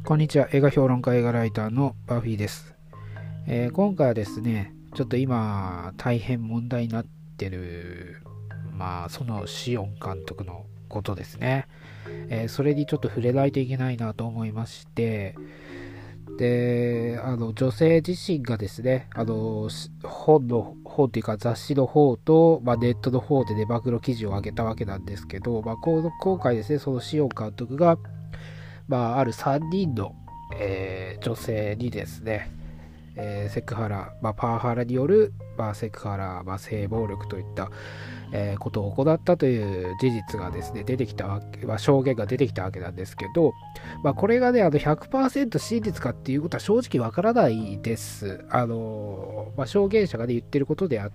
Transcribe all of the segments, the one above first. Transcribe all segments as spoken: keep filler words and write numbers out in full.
こんにちは。映画評論家、映画ライターのバフィーです。えー今回はですね、ちょっと今、大変問題になってる、まあ、そのシオン監督のことですね。えーそれにちょっと触れないといけないなと思いまして、で、あの、女性自身がですね、あの、し本の、本というか雑誌の方と、まあ、ネットの方でね、暴露記事を上げたわけなんですけど、まあ、この今回ですね、そのシオン監督が、まあ、あるさんにんの、えー女性にですね、えーセクハラ、まあ、パワハラによる、まあ、セクハラ、まあ、性暴力といった、えーことを行ったという事実がですね、出てきたわけ、まあ、証言が出てきたわけなんですけど、まあ、これがね、あのひゃくパーセント真実かっていうことは正直わからないです。あの、まあ、証言者が、ね、言ってることであって、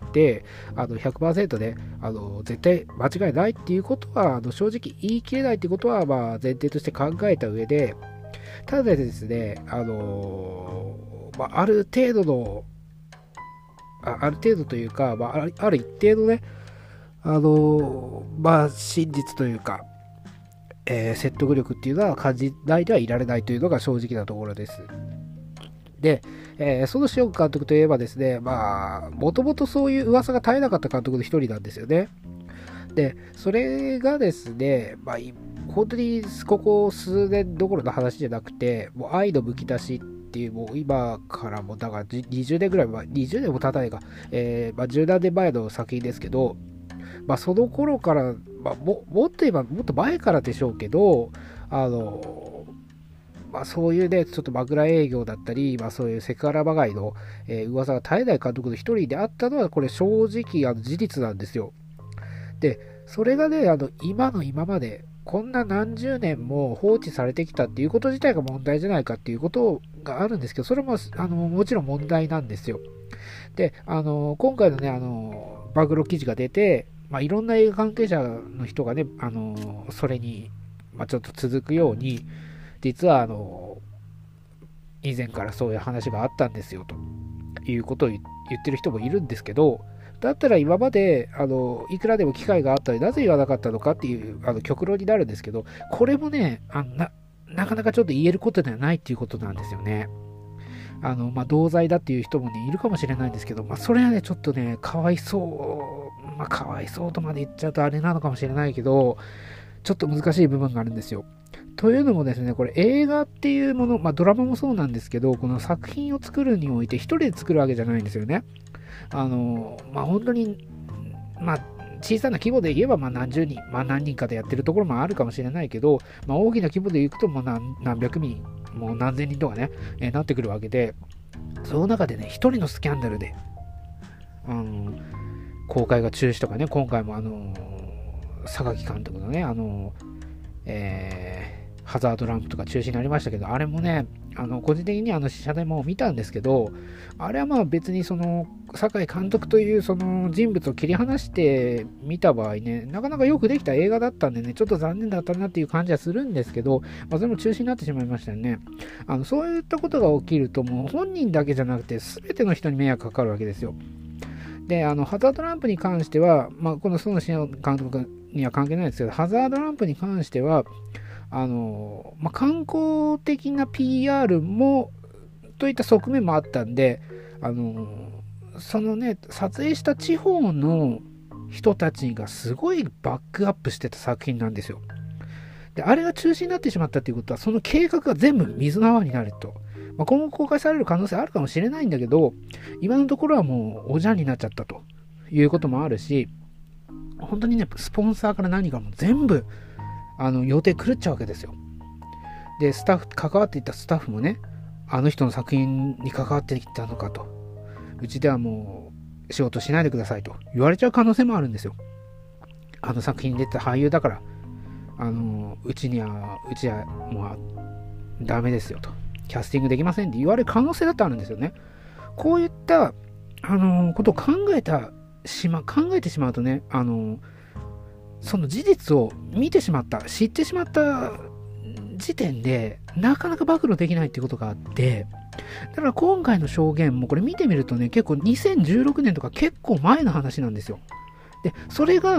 あのひゃくパーセントで、あの絶対間違いないっていうことは、あの正直言い切れないっていうことは、まあ、前提として考えた上で、ただですね、あのまあ、ある程度のあ、ある程度というか、まあ、あるある一定のね、あのまあ、真実というか、えー説得力っていうのは感じないではいられないというのが正直なところです。で、えーそのシオン監督といえばですね、まあ、もともとそういう噂が絶えなかった監督の一人なんですよね。で、それがですね、まあ、い本当にここ数年どころの話じゃなくて、もう愛のむき出しっていう、もう今からも、だからじにじゅうねんぐらい前、にじゅうねんも経たないか、えーまあ、じゅうなんねんまえの作品ですけど、まあ、その頃から、まあ、ももっと言えばもっと前からでしょうけど、あの、まあ、そういうね、ちょっと枕営業だったり、まあ、そういうセクハラまがいの、えー噂が絶えない監督の一人であったのは、これ正直あの事実なんですよ。で、それがね、あの今の今まで、こんな何十年も放置されてきたっていうこと自体が問題じゃないかっていうことがあるんですけど、それもあのもちろん問題なんですよ。で、あの今回のね、あの暴露記事が出て、まあ、いろんな映画関係者の人がね、あのそれに、まあ、ちょっと続くように、実はあの以前からそういう話があったんですよということを言ってる人もいるんですけど、だったら今まであのいくらでも機会があったのになぜ言わなかったのかっていうあの極論になるんですけど、これもね、あの な, なかなかちょっと言えることではないっていうことなんですよね。あの、まあ、同罪だっていう人もね、いるかもしれないんですけど、まあ、それはね、ちょっとね、かわいそう、まあ、かわいそうとまで言っちゃうとあれなのかもしれないけど、ちょっと難しい部分があるんですよ。というのもですね、これ映画っていうもの、まあ、ドラマもそうなんですけど、この作品を作るにおいて一人で作るわけじゃないんですよね。あの、まあ、本当に、まあ、小さな規模で言えばまあ何十人、まあ、何人かでやってるところもあるかもしれないけど、まあ、大きな規模でいくともう 何, 何百人、もう何千人とかね、えーなってくるわけで、その中でね、一人のスキャンダルで、あの公開が中止とかね、今回もあの榊監督のね、あのえーハザードランプとか中止になりましたけど、あれもね、あの個人的にあの試写でも見たんですけど、あれはまあ別にその堺監督というその人物を切り離して見た場合ね、なかなかよくできた映画だったんでね、ちょっと残念だったなっていう感じはするんですけど、まあ、それも中止になってしまいましたよね。あのそういったことが起きると、もう本人だけじゃなくて全ての人に迷惑かかるわけですよ。で、あのハザードランプに関しては、まあ、この園新監督には関係ないですけど、ハザードランプに関しては、あのまあ、観光的な ピーアール もといった側面もあったんで、あのそのね、撮影した地方の人たちがすごいバックアップしてた作品なんですよ。で、あれが中止になってしまったということは、その計画が全部水の泡になると。まあ、今後公開される可能性あるかもしれないんだけど、今のところはもうおじゃんになっちゃったということもあるし、本当にね、スポンサーから何かも全部あの予定狂っちゃうわけですよ。で、スタッフ、関わっていたスタッフもね、あの人の作品に関わってきたのかと。うちではもう仕事しないでくださいと言われちゃう可能性もあるんですよ。あの作品に出た俳優だから、あの、うちには、うちはもうダメですよと。キャスティングできませんって言われる可能性だってあるんですよね。こういった、あの、ことを考えたしま、考えてしまうとね、あの、その事実を見てしまった、知ってしまった時点で、なかなか暴露できないっていうことがあって、だから今回の証言もこれ見てみるとね、結構にせんじゅうろくねんとか結構前の話なんですよ。で、それが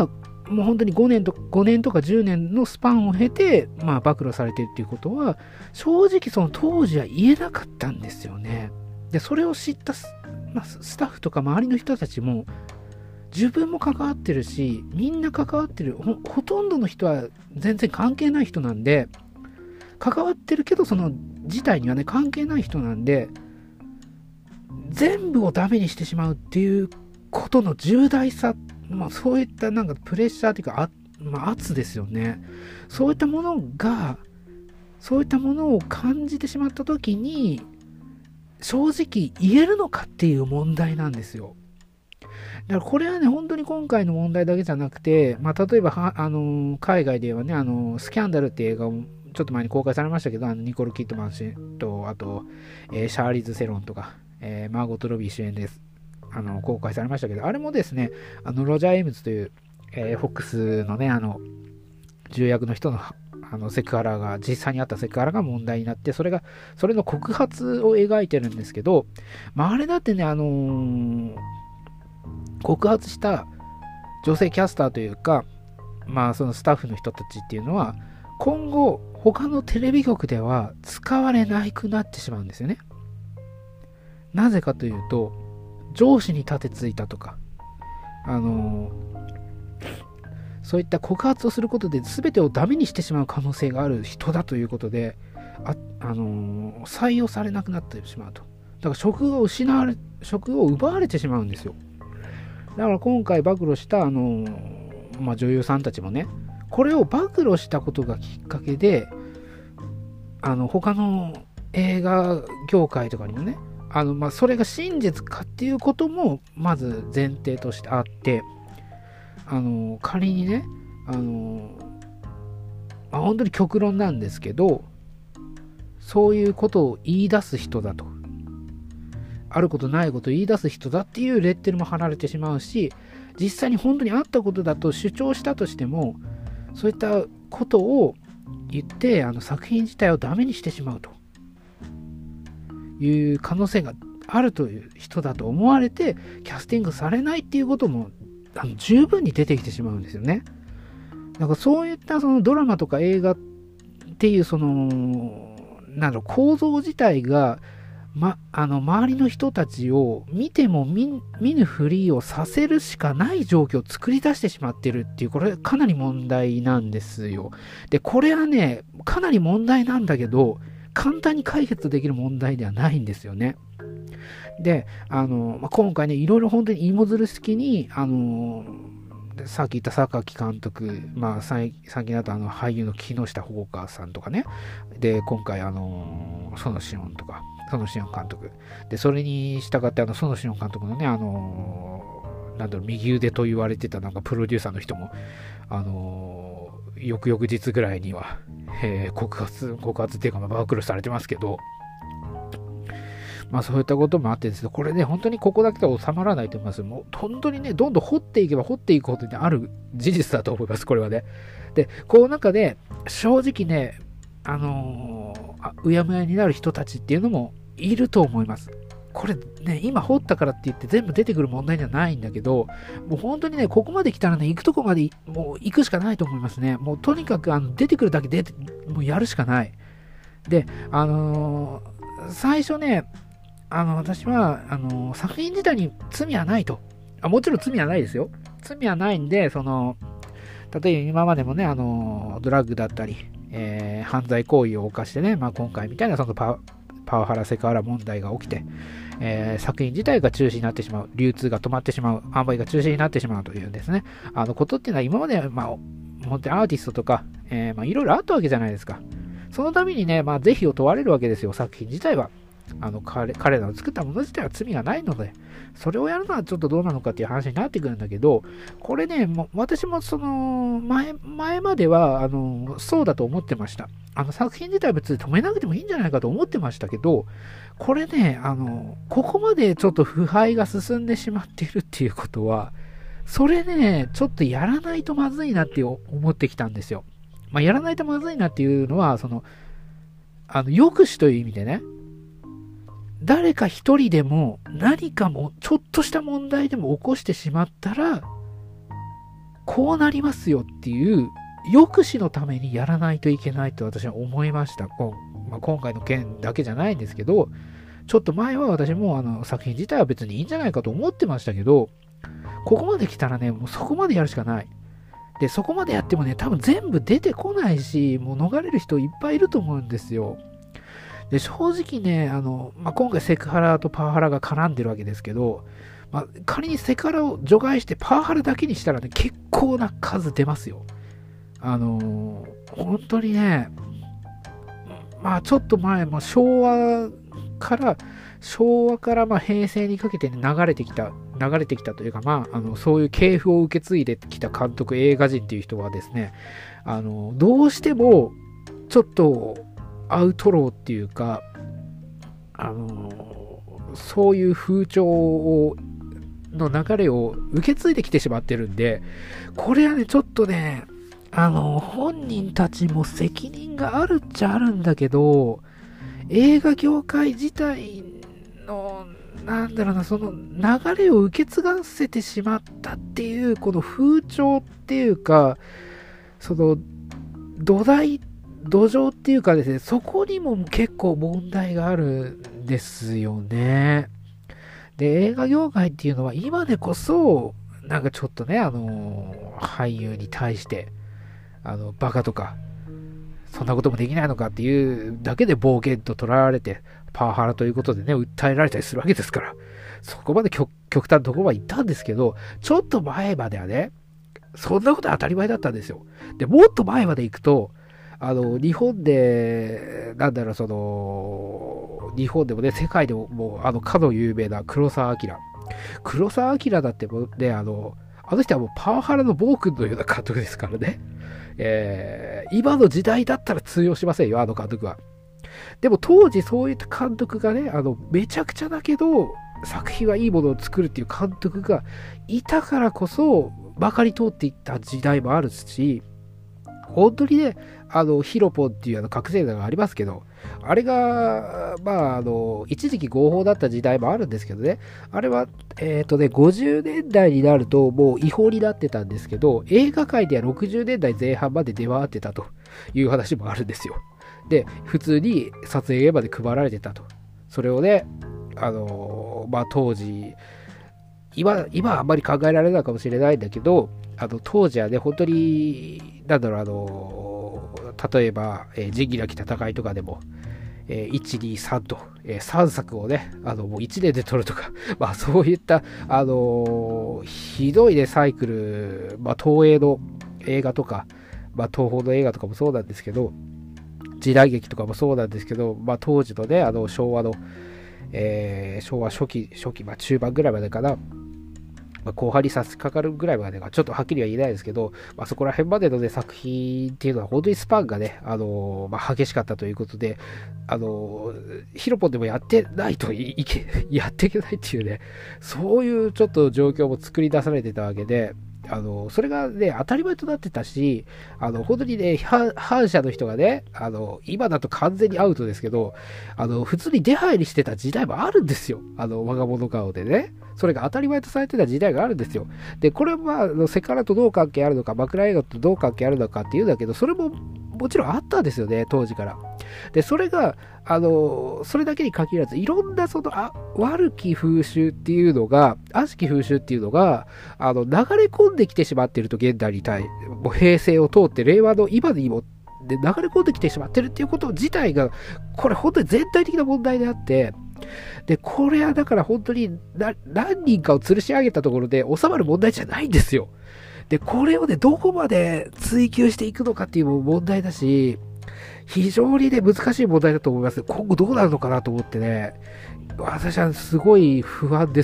もう本当にごねんとごねんとかじゅうねんのスパンを経て、まあ、暴露されてるっていうことは、正直その当時は言えなかったんですよね。で、それを知ったス、まあ、スタッフとか周りの人たちも、自分も関わってるし、みんな関わってる、ほ、ほとんどの人は全然関係ない人なんで、関わってるけど、その事態にはね、関係ない人なんで、全部をダメにしてしまうっていうことの重大さ、まあ、そういったなんかプレッシャーというか、あ、まあ、圧ですよね。そういったものが、そういったものを感じてしまったときに、正直言えるのかっていう問題なんですよ。だからこれはね、本当に今回の問題だけじゃなくて、まあ、例えばは、あのー海外ではね、あのースキャンダルっていう映画をちょっと前に公開されましたけど、あのニコル・キッドマン氏と、あと、えーシャーリーズ・セロンとか、えーマーゴット・ロビー主演です。あの公開されましたけど、あれもですね、あのロジャー・エイムズという、えー、フォックスのね、あの、重役の人のあのセクハラが、実際にあったセクハラが問題になって、それが、それの告発を描いてるんですけど、まあ、あれだってね、あのー、告発した女性キャスターというか、まあ、そのスタッフの人たちっていうのは、今後、他のテレビ局では使われなくなってしまうんですよね。なぜかというと、上司に立てついたとか、あのー、そういった告発をすることで全てをダメにしてしまう可能性がある人だということで、あ、あのー、採用されなくなってしまうと。だから職を失われ、職を奪われてしまうんですよ。だから今回暴露した、あのー、まあ、女優さんたちもね、これを暴露したことがきっかけで、あの、他の映画業界とかにもね、あの、まあ、それが真実かっていうことも、まず前提としてあって、あの、仮にね、あの、まあ、本当に極論なんですけど、そういうことを言い出す人だと。あることないことを言い出す人だっていうレッテルも貼られてしまうし、実際に本当にあったことだと主張したとしても、そういったことを言って、あの作品自体をダメにしてしまうという可能性があるという人だと思われて、キャスティングされないっていうこともあの十分に出てきてしまうんですよね。だからそういったそのドラマとか映画っていうその、なんだろう、構造自体が、ま、あの周りの人たちを見ても 見, 見ぬふりをさせるしかない状況を作り出してしまってるっていう、これかなり問題なんですよ。で、これはね、かなり問題なんだけど、簡単に解決できる問題ではないんですよね。で、あの、まあ、今回ね、いろいろ本当に芋づる式に、あの、さっき言った榊監督、まあ、最近だとあの俳優の木下ほうかさんとかね、で、今回、あの、園志音とか、園志音監督。で、それに従って、あの、園志音監督のね、あの、なんだろう、右腕と言われてたなんかプロデューサーの人も、あの、翌々日ぐらいには、えー、告発、告発っていうか、まあ、暴露されてますけど、まあそういったこともあってですね、これね、本当にここだけでは収まらないと思います。もう本当にね、どんどん掘っていけば掘っていくことにある事実だと思います、これはね。で、この中で、正直ね、あのー、うやむやになる人たちっていうのもいると思います。これね、今掘ったからって言って全部出てくる問題じゃないんだけど、もう本当にね、ここまで来たらね、行くとこまでもう行くしかないと思いますね。もうとにかくあの出てくるだけ出て、もうやるしかない。で、あのー、最初ね、あの、私は、あの、作品自体に罪はないと。あ、もちろん罪はないですよ。罪はないんで、その、例えば今までもね、あの、ドラッグだったり、えー、犯罪行為を犯してね、まあ今回みたいなそのパワパワハラセクハラ問題が起きて、えー、作品自体が中止になってしまう、流通が止まってしまう、販売が中止になってしまうというですね、あのことっていうのは今まで、まあ、本当にアーティストとか、えー、まあいろいろあったわけじゃないですか。そのためにね、まあ是非を問われるわけですよ、作品自体は。あの 彼, 彼らの作ったもの自体は罪がないので、それをやるのはちょっとどうなのかっていう話になってくるんだけど、これね、も私もその前前まではあのそうだと思ってました。あの作品自体は別に止めなくてもいいんじゃないかと思ってましたけど、これね、あのここまでちょっと腐敗が進んでしまっているっていうことは、それね、ちょっとやらないとまずいなって思ってきたんですよ。まあ、やらないとまずいなっていうのは、その、あの抑止という意味でね、誰か一人でも何かもちょっとした問題でも起こしてしまったら、 こうなりますよっていう抑止のためにやらないといけないと私は思いました。こうまあ、今回の件だけじゃないんですけど、ちょっと前は私もあの作品自体は別にいいんじゃないかと思ってましたけど、ここまで来たらね、もうそこまでやるしかない。で、そこまでやってもね、多分全部出てこないし、もう逃れる人いっぱいいると思うんですよ。で、正直ね、あの、まあ、今回セクハラとパワハラが絡んでるわけですけど、まあ、仮にセクハラを除外してパワハラだけにしたらね、結構な数出ますよ。あのー、本当にね、まあちょっと前、まあ、昭和から、昭和からまあ平成にかけて、ね、流れてきた、流れてきたというか、まあ、あのそういう系譜を受け継いできた監督、映画人っていう人はですね、あのどうしてもちょっとアウトローっていうか、あのそういう風潮をの流れを受け継いできてしまってるんで、これはね、ちょっとね、あの、本人たちも責任があるっちゃあるんだけど、映画業界自体の、なんだろうな、その流れを受け継がせてしまったっていう、この風潮っていうか、その土台、土壌っていうかですね、そこにも結構問題があるんですよね。で、映画業界っていうのは今でこそ、なんかちょっとね、あの、俳優に対して、あの、バカとか、そんなこともできないのかっていうだけで暴言と捉えられて、パワハラということでね、訴えられたりするわけですから、そこまで 極, 極端なところまで行ったんですけど、ちょっと前まではね、そんなことは当たり前だったんですよ。で、もっと前まで行くと、あの、日本で、なんだろう、その、日本でもね、世界でも、もう、あの、かの有名な黒澤明。黒澤明だってもうね、あの、あの人はもうパワハラの暴君のような監督ですからね。えー、今の時代だったら通用しませんよ、あの監督は。でも当時そういった監督がね、あの、めちゃくちゃだけど、作品はいいものを作るっていう監督がいたからこそ、まかり通っていった時代もあるし、本当にね、あの、ヒロポンっていうあの覚醒剤がありますけど、あれが、まあ、あの、一時期合法だった時代もあるんですけどね、あれは、えっとね、ごじゅうねんだいになるともう違法になってたんですけど、映画界ではろくじゅうねんだいぜん半まで出回ってたという話もあるんですよ。で、普通に撮影現場で配られてたと。それをね、あの、まあ、当時、今、今はあんまり考えられないかもしれないんだけど、あの当時はね、本当に、なんだろう、あの、例えば、えー、仁義なき戦いとかでも、えー、いち、に、さんと、えー、さんさくをね、あのもういちねんで撮るとか、まあそういった、あのー、ひどいね、サイクル、まあ東映の映画とか、まあ東宝の映画とかもそうなんですけど、時代劇とかもそうなんですけど、まあ当時のね、あの昭和の、えー、昭和初期、初期、まあ中盤ぐらいまでかな、まあ、後半に差し掛かるぐらいまでがちょっとはっきりは言えないですけど、まあ、そこら辺までの、ね、作品っていうのは本当にスパンがね、あのーまあ、激しかったということで、あのー、ヒロポンでもやってないといけ、やっていけないっていうね、そういうちょっと状況も作り出されてたわけで、あのそれがね、当たり前となってたし、あの本当にね、反社の人がね、あの今だと完全にアウトですけど、あの普通に出入りしてた時代もあるんですよ。あの我が物顔でね。それが当たり前とされてた時代があるんですよ。で、これは、あセクハラとどう関係あるのか、枕映画とどう関係あるのかっていうんだけど、それももちろんあったんですよね、当時から。で、それが、あの、それだけに限らず、いろんなその、あ、悪き風習っていうのが、悪しき風習っていうのが、あの、流れ込んできてしまっていると、現代に対、もう平成を通って、令和の今にも、で流れ込んできてしまってるっていうこと自体が、これ本当に全体的な問題であって、で、これはだから本当に何人かを吊るし上げたところで収まる問題じゃないんですよ。で、これをね、どこまで追求していくのかっていう問題だし、非常にね、難しい問題だと思います。今後どうなるのかなと思ってね、私はすごい不安です。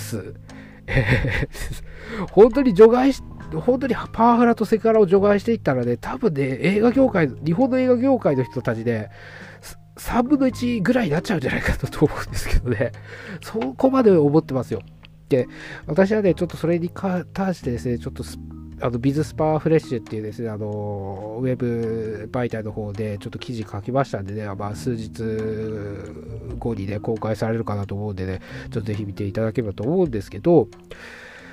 本当に除外し、本当にパワハラとセクハラを除外していったらね、多分ね、映画業界、日本の映画業界の人たちで、さんぶんのいちぐらいになっちゃうんじゃないかと思うんですけどね。そこまで思ってますよ。で、私はね、ちょっとそれに関してですね、ちょっとあのビズスパワーフレッシュっていうですね、あのウェブ媒体の方でちょっと記事書きましたんでね、まあ、数日後にね、公開されるかなと思うんでね、ちょっとぜひ見ていただければと思うんですけど、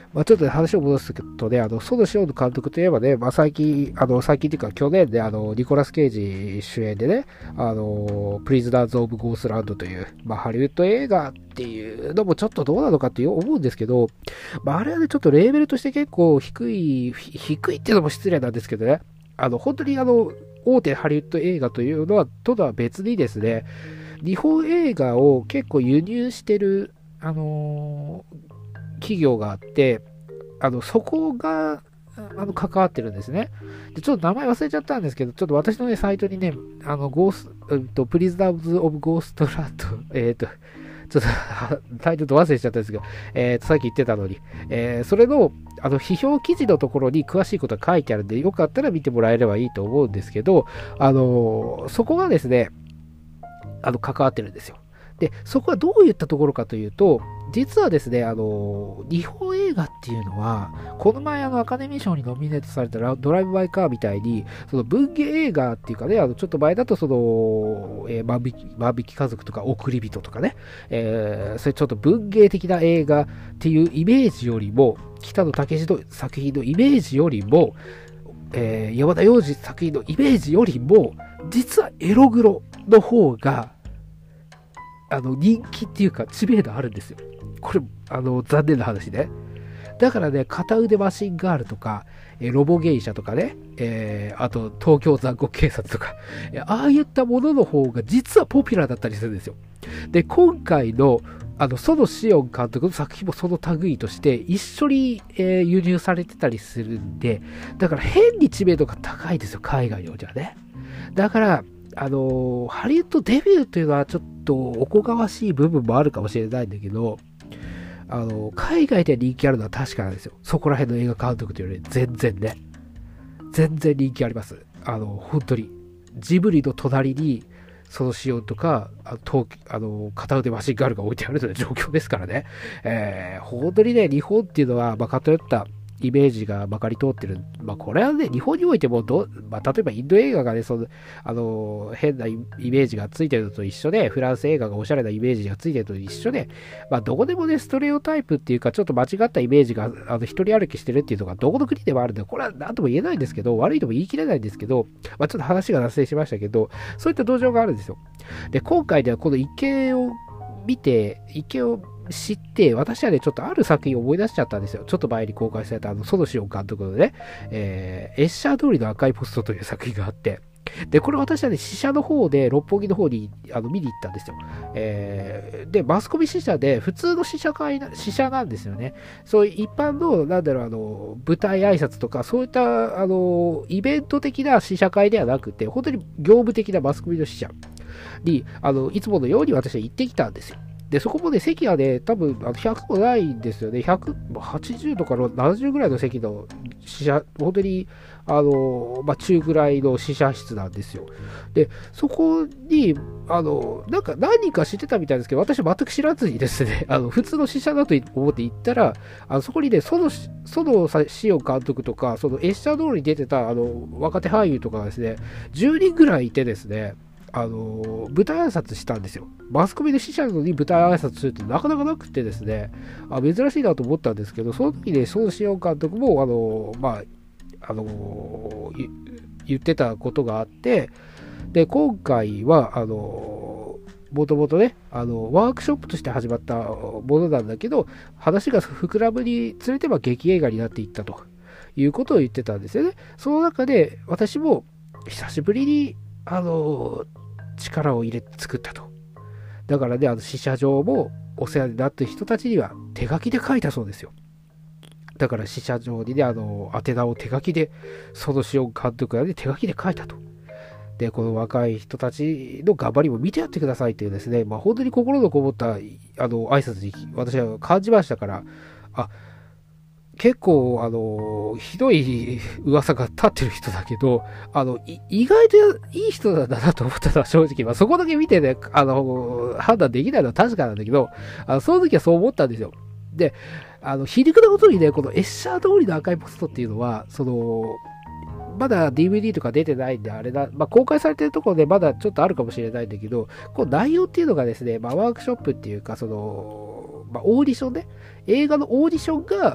まあ、ちょっと話を戻すとね、あの、園子温監督といえばね、まあ、最近、あの、最近というか去年で、あの、ニコラス・ケイジ主演でね、あの、プリズナーズ・オブ・ゴーストランドという、まあ、ハリウッド映画っていうのもちょっとどうなのかって思うんですけど、まあ、あれはね、ちょっとレーベルとして結構低い、低いっていうのも失礼なんですけどね、あの、本当にあの、大手ハリウッド映画というのは、とは別にですね、日本映画を結構輸入してる、あのー企業があって、あのそこがあの関わってるんですね。でちょっと名前忘れちゃったんですけど、ちょっと私の、ね、サイトにね、あのゴース、うんと、プリズナーズ・オブ・ゴーストランド、えっ、ー、と、ちょっとタイトル忘れちゃったんですけど、えー、とさっき言ってたのに、えー、それのあの批評記事のところに詳しいことが書いてあるんで、よかったら見てもらえればいいと思うんですけど、あのー、そこがですね、あの関わってるんですよ。で、そこはどういったところかというと、実はですね、あの、日本映画っていうのは、この前あのアカデミー賞にノミネートされたドライブ・バイ・カーみたいに、その文芸映画っていうかね、あのちょっと前だとその、えー、万引き、万引き家族とか送り人とかね、えー、それちょっと文芸的な映画っていうイメージよりも、北野武の作品のイメージよりも、えー、山田洋次作品のイメージよりも、実はエログロの方が、あの人気っていうか知名度あるんですよ。これあの残念な話ね。だからね、片腕マシンガールとか、えロボ芸者とかね、えー、あと東京残酷警察とか、ああいったものの方が実はポピュラーだったりするんですよ。で、今回のあの園子温監督の作品もその類として一緒に、えー、輸入されてたりするんで、だから変に知名度が高いですよ、海外よりはね。だからあのハリウッドデビューというのはちょっとおこがましい部分もあるかもしれないんだけど、あの海外で人気あるのは確かなんですよ。そこら辺の映画監督というより全然ね、全然人気あります。あの本当にジブリの隣にその仕様とかあとあの片腕マシンガールが置いてあるという状況ですからね、えー、本当にね、日本っていうのは、まあ、偏ったイメージがまかり通ってる。まあ、これはね、日本においてもど、まあ、例えばインド映画がね、その、あの、変なイメージがついてるのと一緒で、フランス映画がおしゃれなイメージがついてるのと一緒で、まあ、どこでもね、ストレオタイプっていうか、ちょっと間違ったイメージが、あの、一人歩きしてるっていうのが、どこの国でもあるんで、これは何とも言えないんですけど、悪いとも言い切れないんですけど、まあ、ちょっと話が脱線しましたけど、そういった同情があるんですよ。で、今回ではこの一見を見て、一見を知って、私はね、ちょっとある作品を思い出しちゃったんですよ。ちょっと前に公開された、あの、園子温監督のね、えー、エッシャー通りの赤いポストという作品があって、で、これ私はね、試写の方で、六本木の方にあの見に行ったんですよ。えー、で、マスコミ試写で、普通の試写会な、試写なんですよね。そういう一般の、なんだろう、あの、舞台挨拶とか、そういった、あの、イベント的な試写会ではなくて、本当に業務的なマスコミの試写に、あの、いつものように私は行ってきたんですよ。で、そこもね、席はね、多分あのひゃくもないんですよね。ひゃくはちじゅうとかななじゅうぐらいの席の試写、本当に、あの、まあ、中ぐらいの試写室なんですよ。で、そこに、あの、なんか何人か知ってたみたいですけど、私は全く知らずにですね、あの、普通の試写だと思って行ったら、あのそこにね、園子温監督とか、そのエッシャー通りに出てた、あの、若手俳優とかがですね、じゅうにんぐらいいてですね、あの舞台挨拶したんですよ。マスコミで試写なのに舞台挨拶するってなかなかなくてですね、あ珍しいなと思ったんですけど、その時に園子温監督もあの、まあ、あの言ってたことがあって、で今回はあのもともとねあのワークショップとして始まったものなんだけど、話が膨らむにつれては劇映画になっていったということを言ってたんですよね。その中で私も久しぶりにあの力を入れて作ったと。だからね、あの試写場もお世話になった人たちには手書きで書いたそうですよ。だから試写場にね、あの宛名を手書きで、園子温監督がね、手書きで書いたと。で、この若い人たちの頑張りも見てやってくださいというですね、まあ本当に心のこもったあの挨拶に私は感じましたから、あ、結構、あの、ひどい噂が立ってる人だけど、あの、意外といい人なんだなと思ったのは正直、まあ、そこだけ見てね、あの、判断できないのは確かなんだけど、あのその時はそう思ったんですよ。で、あの、皮肉なことにね、このエッシャー通りの赤いポストっていうのは、その、まだ ディーブイディー とか出てないんで、あれだ、まあ、公開されてるところでまだちょっとあるかもしれないんだけど、こう内容っていうのがですね、まあ、ワークショップっていうか、その、まあ、オーディションね、映画のオーディションが、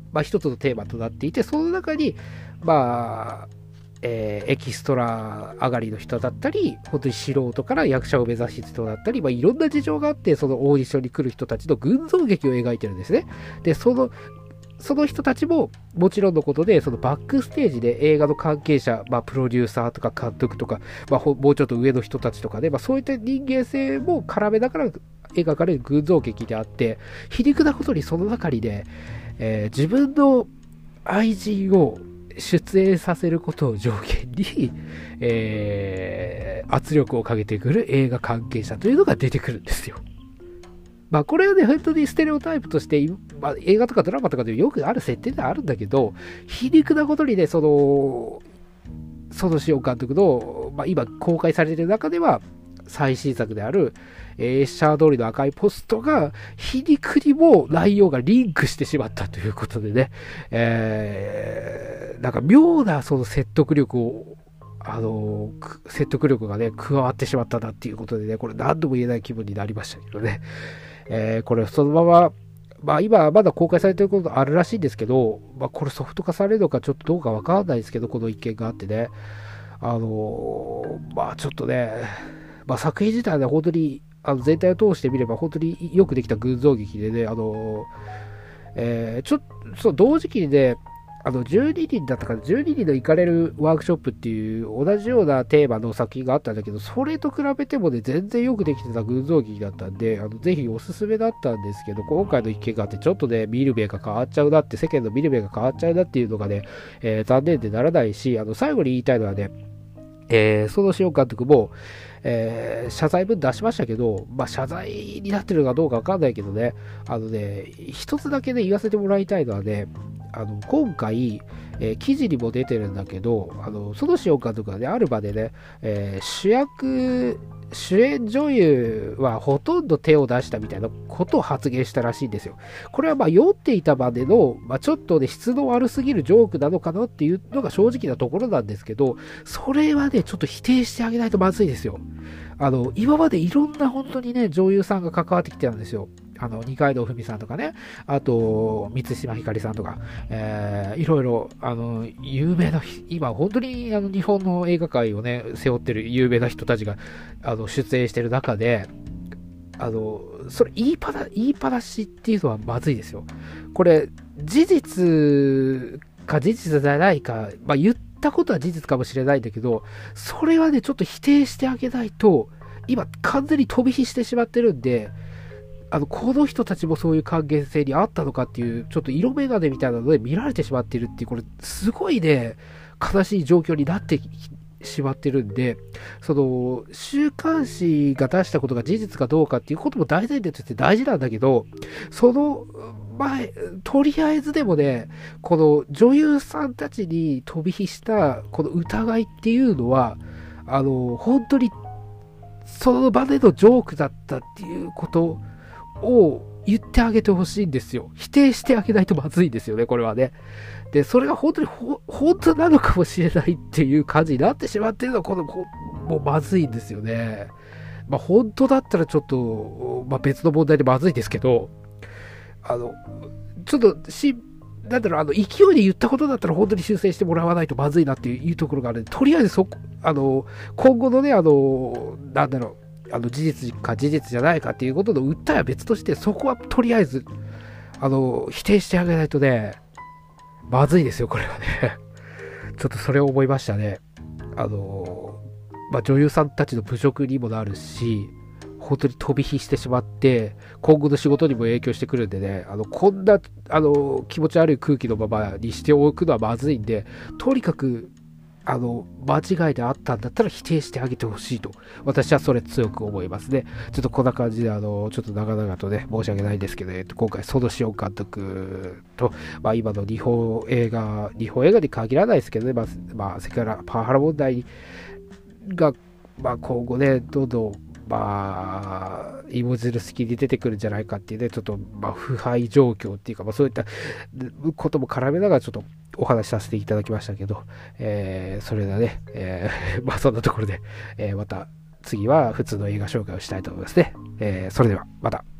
まあ、一つのテーマとなっていて、その中に、まあ、えーエキストラ上がりの人だったり、本当に素人から役者を目指す人だったり、まあ、いろんな事情があって、そのオーディションに来る人たちの群像劇を描いてるんですね。で、その、その人たちももちろんのことで、そのバックステージで映画の関係者、まあ、プロデューサーとか監督とか、まあ、もうちょっと上の人たちとかで、まあ、そういった人間性も絡めながら描かれる群像劇であって、皮肉なことにその中にね、えー自分の愛人を出演させることを条件に、えー圧力をかけてくる映画関係者というのが出てくるんですよ。まあこれはね、本当にステレオタイプとして、まあ、映画とかドラマとかでよくある設定ではあるんだけど、皮肉なことにね、その、園子監督の、まあ、今公開されている中では、最新作である、えー、シャー通りの赤いポストが、皮肉にも内容がリンクしてしまったということでね、えー、なんか妙なその説得力を、あのー、説得力がね、加わってしまったなっていうことでね、これ何度も言えない気分になりましたけどね。えー、これそのまま、まあ今まだ公開されてることあるらしいんですけど、まあこれソフト化されるのかちょっとどうかわかんないですけど、この一件があってね、あのー、まあちょっとね、まあ作品自体はね、本当にあの全体を通してみれば本当によくできた群像劇でね、あのー、えー、ちょっと、そう、同時期にね、あのじゅうににんだったかな、じゅうににんの行かれるワークショップっていう同じようなテーマの作品があったんだけど、それと比べてもね、全然よくできてた群像劇だったんで、あのぜひおすすめだったんですけど、今回の一件があって、ちょっとね、見る目が変わっちゃうなって、世間の見る目が変わっちゃうなっていうのがね、えー残念でならないし、あの最後に言いたいのはね、えー、その塩監督も、えー謝罪文出しましたけど、まあ、謝罪になってるのかどうかわかんないけどね、あのね、一つだけね、言わせてもらいたいのはね、あの今回、えー記事にも出てるんだけど、あのその塩監督がね、ある場でね、えー主役、主演女優はほとんど手を出したみたいなことを発言したらしいんですよ。これはまあ酔っていた場での、まあ、ちょっとね、質の悪すぎるジョークなのかなっていうのが正直なところなんですけど、それはね、ちょっと否定してあげないとまずいですよ。あの、今までいろんな本当にね、女優さんが関わってきてたんですよ。あの、二階堂ふみさんとかね、あと、満島ひかりさんとか、えーいろいろ、あの、有名な、今本当にあの日本の映画界をね、背負ってる有名な人たちが、あの、出演してる中で、あの、それ言いっぱな、言いっぱなしっていうのはまずいですよ。これ、事実か事実じゃないか、まあ言ったことは事実かもしれないんだけど、それはね、ちょっと否定してあげないと、今完全に飛び火してしまってるんで、あの、この人たちもそういう関係性にあったのかっていう、ちょっと色眼鏡みたいなので見られてしまっているっていう、これ、すごいね、悲しい状況になってしまってるんで、その、週刊誌が出したことが事実かどうかっていうことも大前提として大事なんだけど、その前、とりあえずでもね、この女優さんたちに飛び火したこの疑いっていうのは、あの、本当に、その場でのジョークだったっていうことを言ってあげてほしいんですよ。否定してあげないとまずいんですよね、これはね。で、それが本当にほ本当なのかもしれないっていう感じになってしまっているのは、この、こもうまずいんですよね。まあ本当だったらちょっと、まあ別の問題でまずいですけど、あの、ちょっとし、なんだろう、あの、勢いで言ったことだったら本当に修正してもらわないとまずいなっていうところがあるので、とりあえずそこ、あの、今後のね、あの、なんだろう、あの事実か事実じゃないかっていうことの訴えは別として、そこはとりあえず、あの、否定してあげないとね、まずいですよ、これはね。ちょっとそれを思いましたね。あの、まあ、女優さんたちの侮辱にもなるし、本当に飛び火してしまって、今後の仕事にも影響してくるんでね、あの、こんな、あの、気持ち悪い空気のままにしておくのはまずいんで、とにかく、あの、間違いであったんだったら否定してあげてほしいと、私はそれ強く思いますね。ちょっとこんな感じで、あの、ちょっと長々とね、申し訳ないんですけど、えっと、今回、園子監督と、まあ、今の日本映画、日本映画に限らないですけどね、まあ、まあ、世界のパワハラ問題が、まあ、今後ね、どんどん、まあ、芋づる式に出てくるんじゃないかっていうね、ちょっと、まあ、腐敗状況っていうか、まあ、そういったことも絡めながら、ちょっとお話しさせていただきましたけど、えー、それではね、えー、まあ、そんなところで、えー、また次は普通の映画紹介をしたいと思いますね。えー、それでは、また。